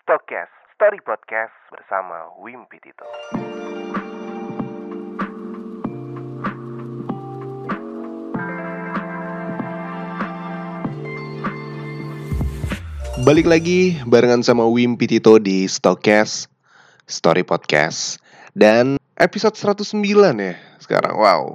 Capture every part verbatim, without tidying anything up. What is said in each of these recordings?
Stokes, Story Podcast bersama Wimpi Tito. Balik lagi barengan sama Wimpi Tito di Stokes, Story Podcast. Dan episode seratus sembilan ya sekarang, wow.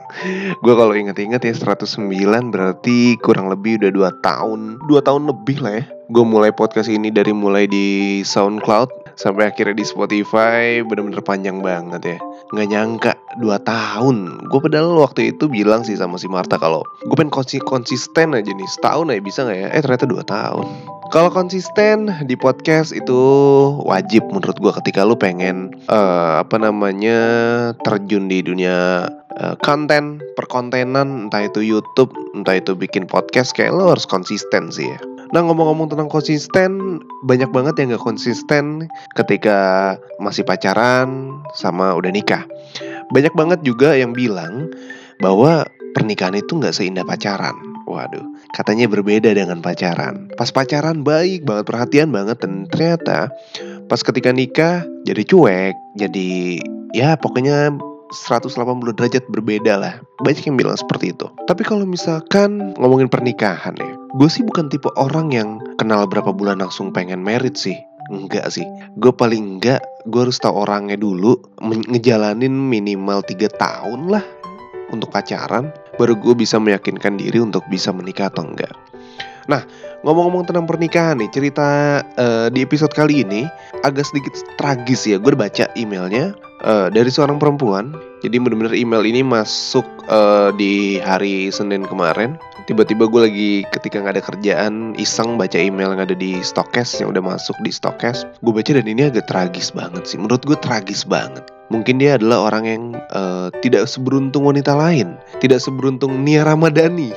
Gue kalau inget-inget ya seratus sembilan berarti kurang lebih udah dua tahun dua tahun lebih lah ya. Gue mulai podcast ini dari mulai di SoundCloud sampai akhirnya di Spotify. Bener-bener panjang banget ya. Gak nyangka dua tahun. Gue padahal waktu itu bilang sih sama si Marta kalau gue pengen konsi- konsisten aja nih, setahun aja bisa gak ya. Eh ternyata dua tahun. Kalau konsisten di podcast itu wajib menurut gue ketika lu pengen uh, apa namanya terjun di dunia uh, konten, perkontenan, entah itu YouTube, entah itu bikin podcast, kayak lo harus konsisten sih ya. Nah ngomong-ngomong tentang konsisten, banyak banget yang gak konsisten ketika masih pacaran sama udah nikah. Banyak banget juga yang bilang bahwa pernikahan itu gak seindah pacaran. Waduh, katanya berbeda dengan pacaran. Pas pacaran baik banget, perhatian banget, dan ternyata pas ketika nikah jadi cuek, jadi ya pokoknya seratus delapan puluh derajat berbeda lah. Banyak yang bilang seperti itu. Tapi kalau misalkan ngomongin pernikahan ya, gue sih bukan tipe orang yang kenal berapa bulan langsung pengen married sih. Enggak sih. Gue paling enggak, gue harus tahu orangnya dulu, men- ngejalanin minimal tiga tahun lah untuk pacaran, baru gue bisa meyakinkan diri untuk bisa menikah atau enggak. Nah, ngomong-ngomong tentang pernikahan nih, cerita uh, di episode kali ini agak sedikit tragis ya. Gue udah baca emailnya uh, dari seorang perempuan. Jadi benar-benar email ini masuk uh, di hari Senin kemarin. Tiba-tiba gue lagi ketika gak ada kerjaan, iseng baca email yang ada di Stokes, yang udah masuk di Stokes. Gue baca dan ini agak tragis banget sih. Menurut gue tragis banget. Mungkin dia adalah orang yang uh, tidak seberuntung wanita lain, tidak seberuntung Nia Ramadhani.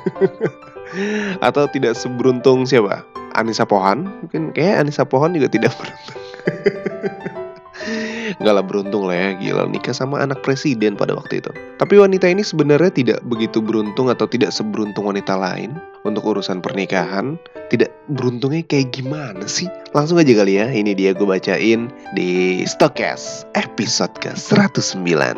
Atau tidak seberuntung siapa? Anissa Pohan. Mungkin kayak Anissa Pohan juga tidak beruntung. Gak lah, beruntung lah ya, gila nikah sama anak presiden pada waktu itu. Tapi wanita ini sebenarnya tidak begitu beruntung atau tidak seberuntung wanita lain untuk urusan pernikahan. Tidak beruntungnya kayak gimana sih? Langsung aja kali ya, ini dia gue bacain di Stokes episode ke seratus sembilan.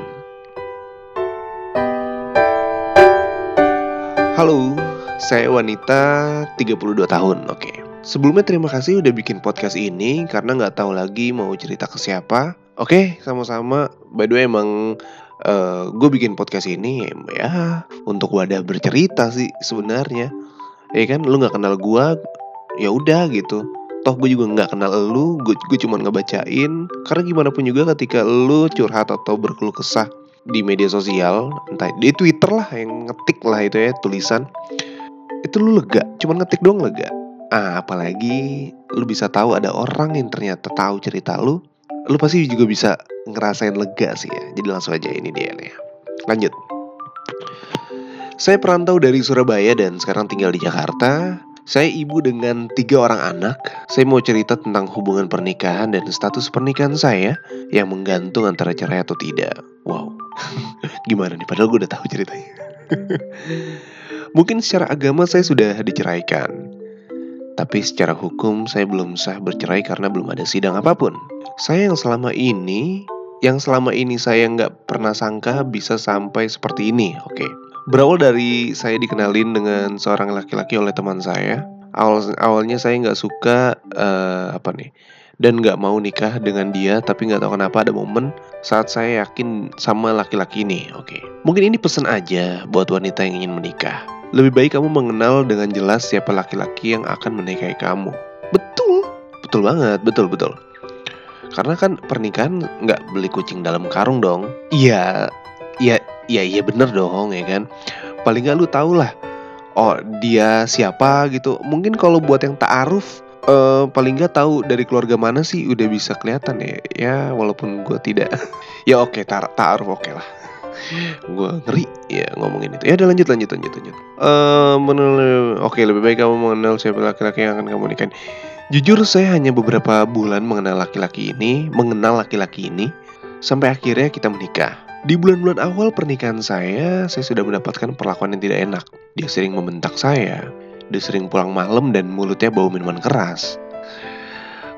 Halo, saya wanita tiga puluh dua tahun, oke. Sebelumnya terima kasih udah bikin podcast ini, karena gak tahu lagi mau cerita ke siapa. Oke, sama-sama. By the way emang uh, gue bikin podcast ini ya untuk wadah bercerita sih sebenarnya. Ya kan, lu gak kenal gue, ya udah gitu. Toh gue juga gak kenal lu, gue, gue cuma ngebacain. Karena gimana pun juga ketika lu curhat atau berkeluh kesah di media sosial, entah di Twitter lah, yang ngetik lah itu ya, tulisan, itu lu lega, cuma ngetik doang lega. Ah, apalagi lu bisa tahu ada orang yang ternyata tahu cerita lu, lu pasti juga bisa ngerasain lega sih ya. Jadi langsung aja, ini dia nih. Lanjut. Saya perantau dari Surabaya dan sekarang tinggal di Jakarta. Saya ibu dengan tiga orang anak. Saya mau cerita tentang hubungan pernikahan dan status pernikahan saya yang menggantung antara cerai atau tidak. Wow. Gimana nih, padahal gue udah tahu ceritanya. Mungkin secara agama saya sudah diceraikan, tapi secara hukum saya belum sah bercerai karena belum ada sidang apapun. Saya yang selama ini Yang selama ini saya gak pernah sangka bisa sampai seperti ini. Oke, berawal dari saya dikenalin dengan seorang laki-laki oleh teman saya. Awal, Awalnya saya gak suka uh, Apa nih dan gak mau nikah dengan dia. Tapi gak tahu kenapa ada momen saat saya yakin sama laki-laki ini. Oke, mungkin ini pesan aja buat wanita yang ingin menikah. Lebih baik kamu mengenal dengan jelas siapa laki-laki yang akan menikahi kamu. Betul, betul banget, betul-betul. Karena kan pernikahan gak beli kucing dalam karung dong. Iya, iya, iya, iya bener dong ya kan. Paling gak lu tau lah, oh dia siapa gitu. Mungkin kalau buat yang ta'aruf, uh, paling gak tahu dari keluarga mana sih udah bisa kelihatan ya. Ya walaupun gue tidak. Ya oke, ta- ta'aruf oke lah. Gue ngeri ya ngomongin itu. Ya udah lanjut lanjut lanjut lanjut. Uh, menel- Oke, lebih baik kamu mengenal siapa laki-laki yang akan kamu nikahin. Jujur saya hanya beberapa bulan mengenal laki-laki ini, mengenal laki-laki ini, sampai akhirnya kita menikah. Di bulan-bulan awal pernikahan saya, saya sudah mendapatkan perlakuan yang tidak enak. Dia sering membentak saya, dia sering pulang malam dan mulutnya bau minuman keras.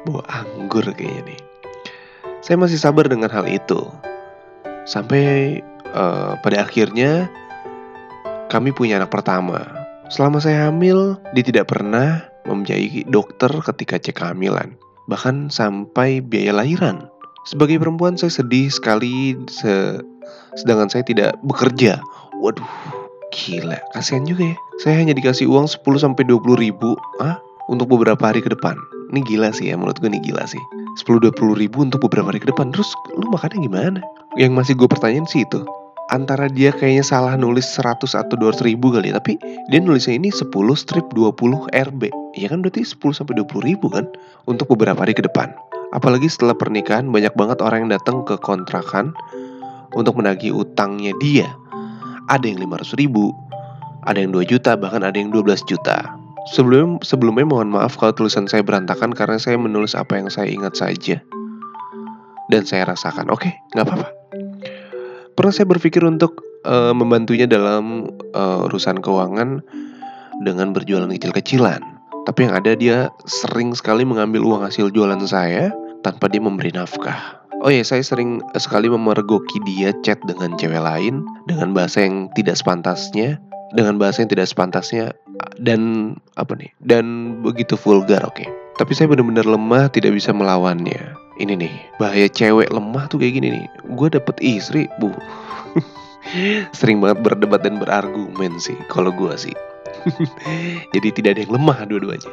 bawa anggur kayaknya nih. Saya masih sabar dengan hal itu. Sampai uh, pada akhirnya kami punya anak pertama. Selama saya hamil, dia tidak pernah membiayai dokter ketika cek kehamilan. Bahkan sampai biaya lahiran. Sebagai perempuan saya sedih sekali se- sedangkan saya tidak bekerja. Waduh, gila, kasihan juga ya. Saya hanya dikasih uang sepuluh sampai dua puluh ribu ah, untuk beberapa hari ke depan. Ini gila sih ya, menurut gue ini gila sih. sepuluh sampai dua puluh ribu untuk beberapa hari ke depan. Terus lu makannya gimana? Yang masih gue pertanyain sih itu, antara dia kayaknya salah nulis seratus atau dua ratus ribu kali ya, tapi dia nulisnya ini sepuluh strip dua puluh R B. Ya kan berarti sepuluh sampai dua puluh ribu kan untuk beberapa hari ke depan. Apalagi setelah pernikahan banyak banget orang yang datang ke kontrakan untuk menagih utangnya dia. Ada yang lima ratus ribu, ada yang dua juta, bahkan ada yang dua belas juta. Sebelum, sebelumnya mohon maaf kalau tulisan saya berantakan karena saya menulis apa yang saya ingat saja dan saya rasakan. Oke, gak apa-apa. Pernah saya berpikir untuk uh, membantunya dalam uh, urusan keuangan dengan berjualan kecil-kecilan. Tapi yang ada dia sering sekali mengambil uang hasil jualan saya tanpa dia memberi nafkah. Oh ya, saya sering sekali memergoki dia chat dengan cewek lain dengan bahasa yang tidak sepantasnya, dengan bahasa yang tidak sepantasnya dan apa nih? Dan begitu vulgar, oke. Okay. Tapi saya benar-benar lemah, tidak bisa melawannya. Ini nih, bahaya cewek lemah tuh kayak gini nih. Gue dapet istri, bu. Sering banget berdebat dan berargumen sih, kalau gue sih. Jadi tidak ada yang lemah dua-duanya.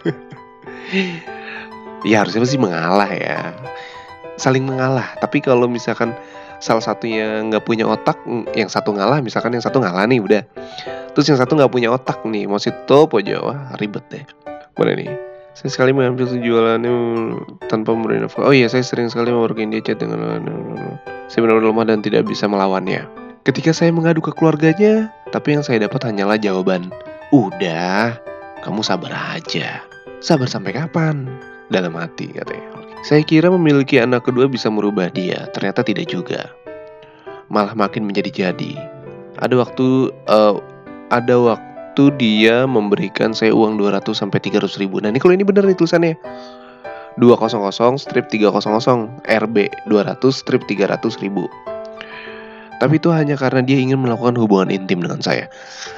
Ya harusnya sih mengalah ya, saling mengalah. Tapi kalau misalkan salah satunya nggak punya otak, yang satu ngalah, misalkan yang satu ngalah nih udah, terus yang satu nggak punya otak nih, mau stop aja, wah ribet deh. Mana nih? Saya sekali mengambil jualannya tanpa memberi nafkah. Oh iya, saya sering sekali memergoki dia chat dengan saya benar-benar lemah dan tidak bisa melawannya. Ketika saya mengadu ke keluarganya, tapi yang saya dapat hanyalah jawaban, udah, kamu sabar aja. Sabar sampai kapan? Dalam hati katanya. Saya kira memiliki anak kedua bisa merubah dia. Ternyata tidak juga. Malah makin menjadi-jadi. Ada waktu uh, Ada waktu dia memberikan saya uang dua ratus sampai tiga ratus ribu. Nah ini kalau ini bener nih tulisannya, dua ratus strip tiga ratus R B dua ratus strip tiga ratus ribu. Tapi itu hanya karena dia ingin melakukan hubungan intim dengan saya.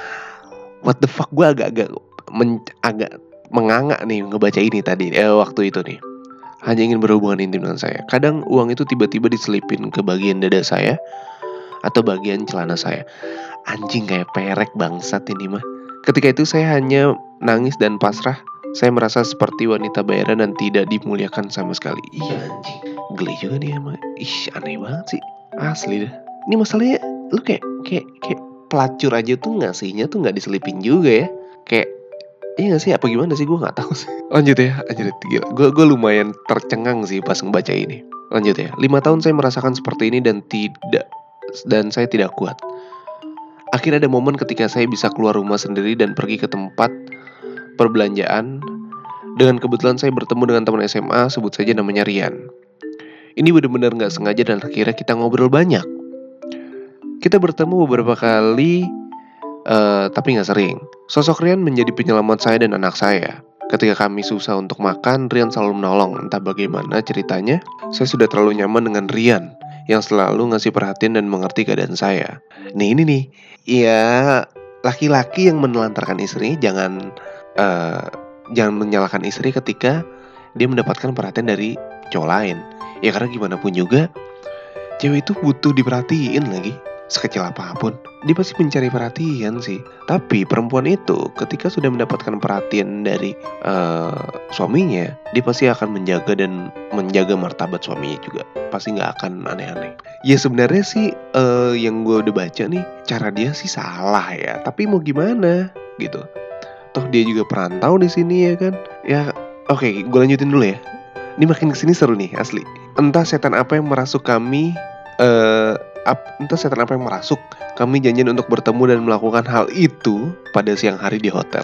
What the fuck, gue agak-agak men- agak menganga nih ngebaca ini tadi eh, waktu itu nih. Hanya ingin berhubungan intim dengan saya. Kadang uang itu tiba-tiba diselipin ke bagian dada saya atau bagian celana saya. Anjing, kayak perek bangsat ini mah. Ketika itu saya hanya nangis dan pasrah. Saya merasa seperti wanita bayaran dan tidak dimuliakan sama sekali. Iya anjing, geli juga nih emang. Ih, aneh banget sih, asli dah. Ini masalahnya lu kayak kayak kayak pelacur aja tuh ngasihnya tuh nggak diselipin juga ya. Kayak iya gak sih, apa gimana sih, gue gak tahu sih. Lanjut ya, lanjut gila. Gue gue lumayan tercengang sih pas ngebaca ini. Lanjut ya, lima tahun saya merasakan seperti ini dan tidak dan saya tidak kuat. Akhirnya ada momen ketika saya bisa keluar rumah sendiri dan pergi ke tempat perbelanjaan. Dengan kebetulan saya bertemu dengan teman S M A, sebut saja namanya Rian. Ini benar-benar gak sengaja dan akhirnya kita ngobrol banyak. Kita bertemu beberapa kali, uh, tapi gak sering. Sosok Rian menjadi penyelamat saya dan anak saya. Ketika kami susah untuk makan, Rian selalu menolong. Entah bagaimana ceritanya, saya sudah terlalu nyaman dengan Rian yang selalu ngasih perhatian dan mengerti keadaan saya. Nih ini nih, ya laki-laki yang menelantarkan istrinya jangan uh, jangan menyalahkan istri ketika dia mendapatkan perhatian dari cowok lain. Ya karena gimana pun juga, cewek itu butuh diperhatiin lagi. Sekecil apapun, dia pasti mencari perhatian sih. Tapi perempuan itu ketika sudah mendapatkan perhatian dari uh, suaminya, dia pasti akan menjaga dan menjaga martabat suaminya juga. Pasti gak akan aneh-aneh. Ya sebenarnya sih uh, yang gue udah baca nih, cara dia sih salah ya. Tapi mau gimana gitu. Toh dia juga perantau di sini ya kan. Ya oke, okay, gue lanjutin dulu ya. Ini makin kesini seru nih asli. Entah setan apa yang merasuk kami. Uh, Entah setan apa yang merasuk, kami janjian untuk bertemu dan melakukan hal itu pada siang hari di hotel.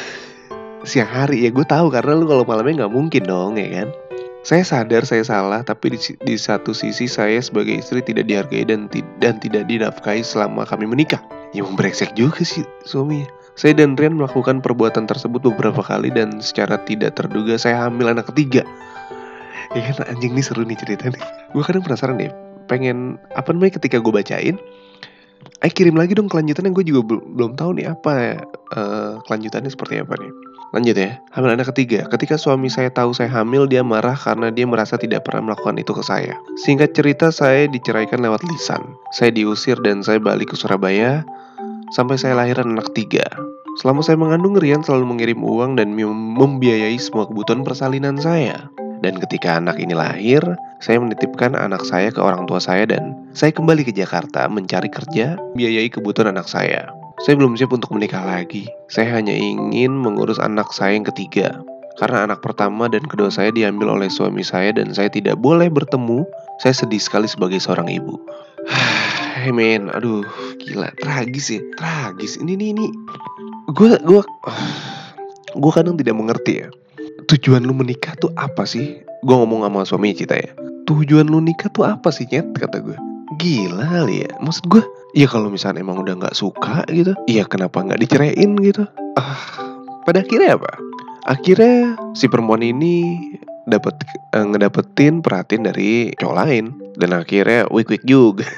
Siang hari ya gue tahu karena lu kalau malamnya nggak mungkin dong ya kan. Saya sadar saya salah, tapi di, di satu sisi saya sebagai istri tidak dihargai dan, dan tidak dinafkahi selama kami menikah. Ya membrengsek juga sih suaminya. Saya dan Rian melakukan perbuatan tersebut beberapa kali dan secara tidak terduga saya hamil anak ketiga. Ya kan anjing nih seru nih cerita nih. Gue kadang penasaran deh, pengen apa namanya ketika gue bacain, eh kirim lagi dong kelanjutannya. Gue juga belum belum tahu nih apa ya, uh, kelanjutannya seperti apa nih. Lanjut ya. Hamil anak ketiga. Ketika suami saya tahu saya hamil, dia marah karena dia merasa tidak pernah melakukan itu ke saya. Singkat cerita, saya diceraikan lewat lisan. Saya diusir dan saya balik ke Surabaya sampai saya lahiran anak ketiga. Selama saya mengandung, Rian selalu mengirim uang dan membiayai semua kebutuhan persalinan saya. Dan ketika anak ini lahir, saya menitipkan anak saya ke orang tua saya dan saya kembali ke Jakarta mencari kerja, biayai kebutuhan anak saya. Saya belum siap untuk menikah lagi. Saya hanya ingin mengurus anak saya yang ketiga. Karena anak pertama dan kedua saya diambil oleh suami saya dan saya tidak boleh bertemu. Saya sedih sekali sebagai seorang ibu. Hey men, aduh gila, tragis ya, tragis. Ini nih ini, gue gue gue kadang tidak mengerti ya. Tujuan lu menikah tuh apa sih? Gue ngomong sama suami Cita ya. Tujuan lu nikah tuh apa sih Nyet? Kata gue. Gila kali ya. Maksud gue, ya kalau misalnya emang udah gak suka gitu, ya kenapa gak diceraiin gitu. Ah, pada akhirnya apa? Akhirnya si perempuan ini dapat eh, ngedapetin perhatian dari cowok lain. Dan akhirnya wik-wik juga.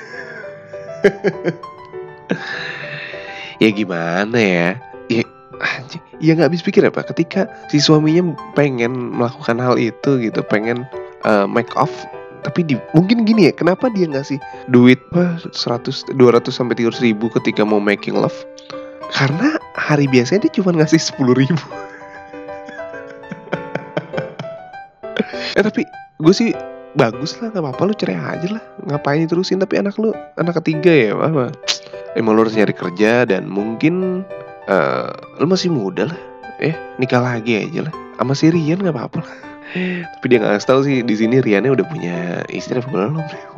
Ya gimana ya? Ya anjing, ya nggak habis pikir apa ketika si suaminya pengen melakukan hal itu gitu, pengen uh, make off, tapi di, mungkin gini ya, kenapa dia ngasih duit apa seratus, dua ratus sampai tiga ratus ribu ketika mau making love? Karena hari biasanya dia cuma ngasih sepuluh ribu. Eh tapi gue sih bagus lah, nggak apa-apa lu cerai aja lah, ngapain terusin? Tapi anak lu anak ketiga ya apa? Emang lu harus nyari kerja dan mungkin Uh, lu masih muda lah, eh nikah lagi aja lah sama si Rian nggak apa-apa lah. Tapi dia nggak tahu sih di sini Riannya udah punya istri apa belum.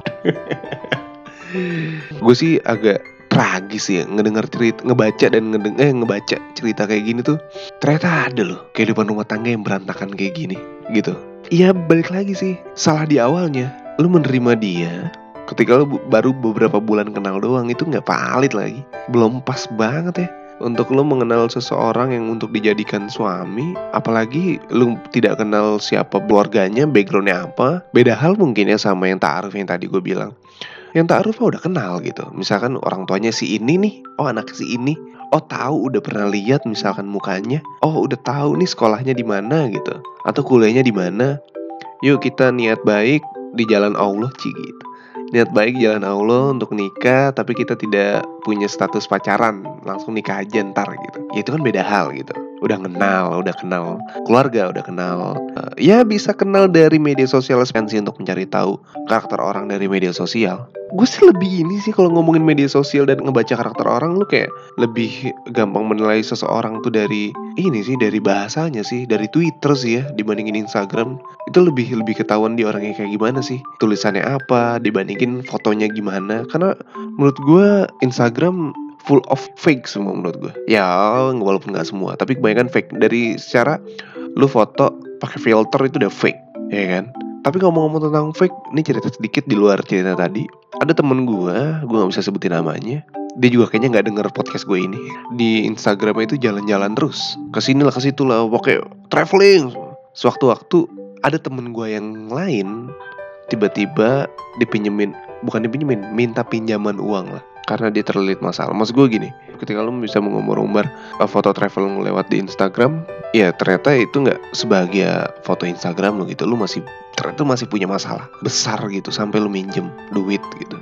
Gue sih agak tragis ya ngedengar cerita, ngebaca dan ngedeng eh ngebaca cerita kayak gini tuh. Ternyata ada loh kehidupan rumah tangga yang berantakan kayak gini, gitu. Iya balik lagi sih, salah di awalnya. Lu menerima dia ketika lu baru beberapa bulan kenal doang, itu nggak valid lagi, belum pas banget ya. Untuk lu mengenal seseorang yang untuk dijadikan suami, apalagi lu tidak kenal siapa keluarganya, backgroundnya apa. Beda hal mungkin ya sama yang ta'aruf yang tadi gue bilang. Yang ta'aruf mah udah kenal gitu. Misalkan orang tuanya si ini nih, oh anak si ini, oh tahu udah pernah lihat misalkan mukanya, oh udah tahu nih sekolahnya di mana gitu, atau kuliahnya di mana. Yuk kita niat baik di jalan Allah Ci gitu. Niat baik jalan Allah untuk nikah, tapi kita tidak punya status pacaran, langsung nikah aja ntar gitu. Ya itu kan beda hal gitu. Udah kenal, udah kenal keluarga, udah kenal uh, ya bisa kenal dari media sosial sih untuk mencari tahu karakter orang dari media sosial. Gue sih lebih ini sih kalau ngomongin media sosial dan ngebaca karakter orang, lu kayak lebih gampang menilai seseorang tuh dari ini sih, dari bahasanya sih, dari Twitter sih ya dibandingin Instagram. Itu lebih lebih ketahuan di orangnya kayak gimana sih, tulisannya apa dibandingin fotonya gimana. Karena menurut gue Instagram full of fake semua menurut gue. Ya walaupun nggak semua, tapi kebanyakan fake. Dari secara lu foto pakai filter itu udah fake, ya kan? Tapi ngomong-ngomong tentang fake, ini cerita sedikit di luar cerita tadi. Ada temen gue, gue nggak bisa sebutin namanya. Dia juga kayaknya nggak denger podcast gue ini. Di Instagramnya itu jalan-jalan terus, kesini lah kesitu lah, pokoknya traveling. Sewaktu-waktu ada temen gue yang lain tiba-tiba dipinjemin, bukan dipinjemin, minta pinjaman uang lah. Karena dia terlilit masalah. Maksud gue gini, ketika lu bisa mengumbar-umbar foto travel lewat di Instagram, ya ternyata itu gak sebahagia foto Instagram lu gitu. Lu masih, ternyata masih punya masalah besar gitu, sampai lu minjem duit gitu.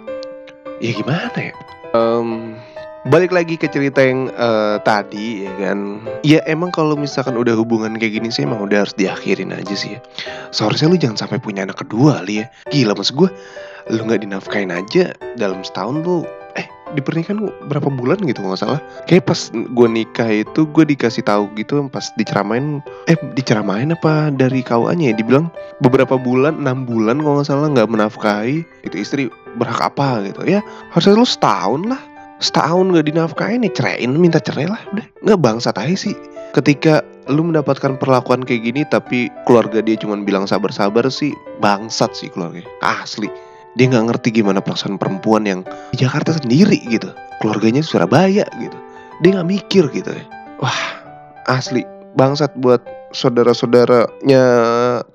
Ya gimana ya, um, balik lagi ke cerita yang uh, tadi ya kan. Ya emang kalau misalkan udah hubungan kayak gini sih emang udah harus diakhirin aja sih ya. Seharusnya lu jangan sampai punya anak kedua li ya. Gila, maksud gue lu gak dinafkain aja dalam setahun lu di pernikahan berapa bulan gitu nggak salah. Kayak pas gue nikah itu gue dikasih tahu gitu, pas diceramain, eh diceramain apa dari K U A-nya ya, dibilang beberapa bulan, enam bulan kalau nggak salah nggak menafkahi itu istri berhak apa gitu ya. Harusnya lu setahun lah, setahun nggak dinafkahin nih ceraiin, minta cerai lah udah. Nggak bangsat aja sih ketika lu mendapatkan perlakuan kayak gini tapi keluarga dia cuma bilang sabar-sabar sih, bangsat sih keluarga asli. Dia gak ngerti gimana perasaan perempuan yang di Jakarta sendiri gitu, keluarganya Surabaya gitu. Dia gak mikir gitu ya. Wah asli bangsat buat saudara-saudaranya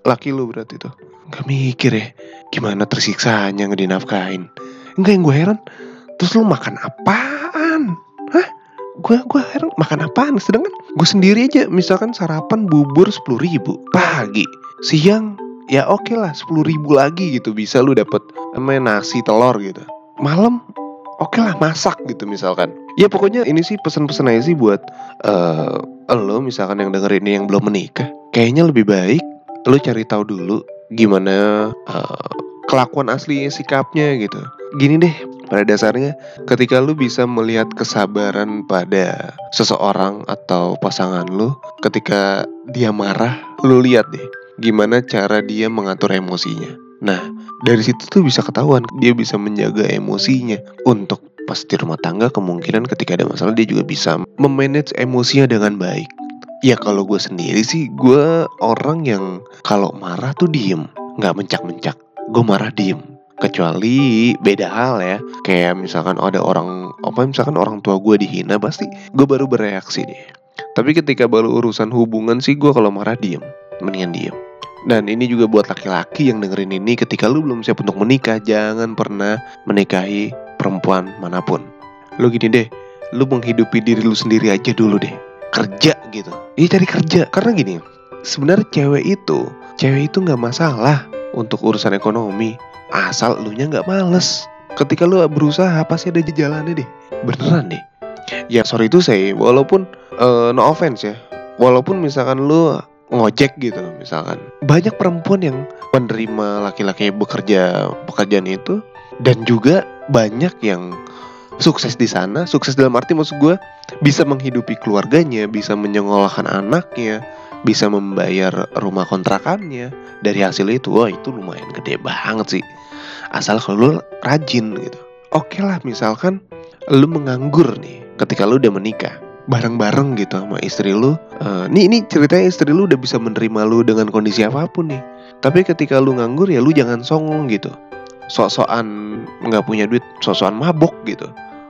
laki lu berarti tuh. Gak mikir ya, gimana tersiksanya ngedinafkahin. Enggak, yang gue heran, terus lu makan apaan? Hah? Gue gue heran makan apaan? Sedangkan gue sendiri aja misalkan sarapan bubur sepuluh ribu pagi, siang ya oke lah sepuluh ribu lagi gitu, bisa lu dapet namanya nasi telur gitu. Malam oke lah masak gitu misalkan. Ya pokoknya ini sih pesan-pesan aja sih buat uh, lo misalkan yang denger ini yang belum menikah. Kayaknya lebih baik lo cari tahu dulu gimana uh, kelakuan asli sikapnya gitu. Gini deh, pada dasarnya ketika lu bisa melihat kesabaran pada seseorang atau pasangan lu, ketika dia marah, lu lihat deh gimana cara dia mengatur emosinya. Nah, dari situ tuh bisa ketahuan dia bisa menjaga emosinya. Untuk pas di rumah tangga, kemungkinan ketika ada masalah dia juga bisa memanage emosinya dengan baik. Ya kalau gue sendiri sih, gue orang yang kalau marah tuh diem, gak mencak-mencak. Gue marah diem. Kecuali beda hal ya, kayak misalkan ada orang apa misalkan orang tua gue dihina, pasti gue baru bereaksi deh. Tapi ketika baru urusan hubungan sih, gue kalau marah diem, mendingan diem. Dan ini juga buat laki-laki yang dengerin ini, ketika lu belum siap untuk menikah, jangan pernah menikahi perempuan manapun. Lu gini deh, lu menghidupi diri lu sendiri aja dulu deh. Kerja gitu. Iya, cari kerja. Karena gini, sebenarnya cewek itu, cewek itu nggak masalah untuk urusan ekonomi, asal lu nya nggak males. Ketika lu berusaha pasti ada jalannya deh. Beneran deh. Ya sorry itu saya, walaupun uh, no offense ya, walaupun misalkan lu ngojek gitu misalkan, banyak perempuan yang menerima laki-laki yang bekerja pekerjaan itu, dan juga banyak yang sukses di sana. Sukses dalam arti maksud gue bisa menghidupi keluarganya, bisa menyekolahkan anaknya, bisa membayar rumah kontrakannya. Dari hasil itu, wah itu lumayan gede banget sih, asal kalau lu rajin gitu. Oke lah misalkan lu menganggur nih ketika lu udah menikah, bareng-bareng gitu sama istri lu. uh, Nih ini ceritanya istri lu udah bisa menerima lu dengan kondisi apapun nih. Tapi ketika lu nganggur ya lu jangan songong gitu, sok-sokan gak punya duit, sok-sokan mabok gitu.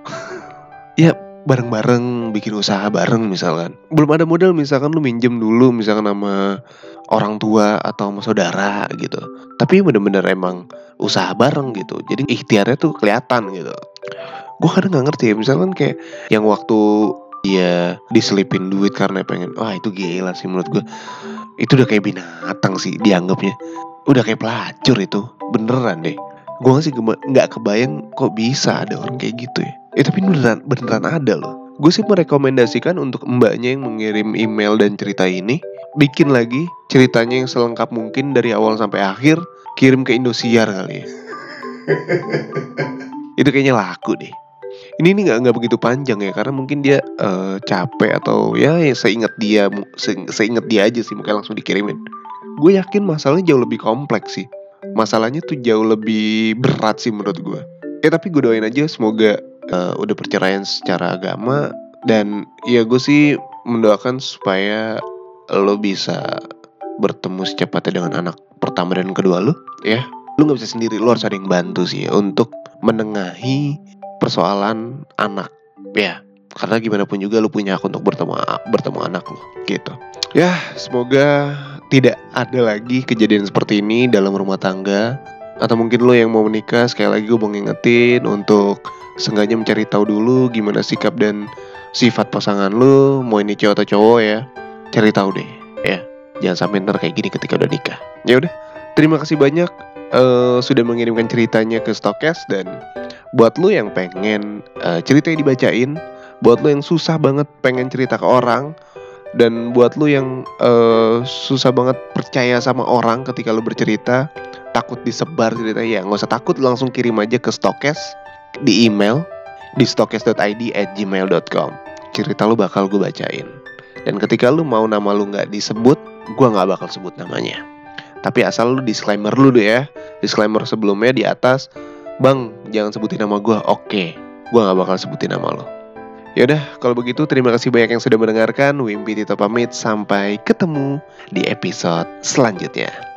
Ya bareng-bareng bikin usaha bareng misalkan. Belum ada modal misalkan lu minjem dulu misalkan sama orang tua atau sama saudara gitu. Tapi bener-bener emang usaha bareng gitu, jadi ikhtiarnya tuh kelihatan gitu. Gue kadang gak ngerti ya, misalkan kayak yang waktu dia diselipin duit karena pengen, wah itu gila sih menurut gue. Itu udah kayak binatang sih dianggapnya, udah kayak pelacur itu, beneran deh. Gue sih gak kebayang kok bisa ada orang kayak gitu ya. Eh tapi beneran, beneran ada loh. Gue sih merekomendasikan untuk mbaknya yang mengirim email dan cerita ini, bikin lagi ceritanya yang selengkap mungkin dari awal sampai akhir, kirim ke Indosiar kali ya. Itu kayaknya laku deh. Ini ini nggak nggak begitu panjang ya, karena mungkin dia uh, capek atau ya, ya seingat dia se, seingat dia aja sih, mungkin langsung dikirimin. Gue yakin masalahnya jauh lebih kompleks sih. Masalahnya tuh jauh lebih berat sih menurut gue. Ya tapi gue doain aja semoga uh, udah perceraian secara agama. Dan ya gue sih mendoakan supaya lo bisa bertemu secepatnya dengan anak pertama dan kedua lo ya. Lo gak bisa sendiri, lo harus ada yang bantu sih ya, untuk menengahi persoalan anak ya. Karena gimana pun juga lo punya hak untuk bertemu bertemu anak lo gitu. Ya semoga tidak ada lagi kejadian seperti ini dalam rumah tangga. Atau mungkin lo yang mau menikah, sekali lagi gue mau ngingetin untuk seenggaknya mencari tahu dulu gimana sikap dan sifat pasangan lo, mau ini cowok atau cowok ya. Cari tahu deh ya, jangan sampai ntar kayak gini ketika udah nikah. Ya udah, terima kasih banyak uh, sudah mengirimkan ceritanya ke Stokcast. Dan buat lo yang pengen uh, ceritanya dibacain, buat lo yang susah banget pengen cerita ke orang, dan buat lo yang uh, susah banget percaya sama orang ketika lo bercerita, takut disebar ceritanya, ya nggak usah takut, langsung kirim aja ke Stokcast di email di stokcast dot i d at gmail dot com. Cerita lo bakal gue bacain. Dan ketika lo mau nama lo nggak disebut, gue nggak bakal sebut namanya. Tapi asal lo disclaimer dulu deh ya, disclaimer sebelumnya di atas, bang jangan sebutin nama gue. Oke, gue nggak bakal sebutin nama lo. Yaudah, kalau begitu terima kasih banyak yang sudah mendengarkan. Wimpy Tito pamit, sampai ketemu di episode selanjutnya.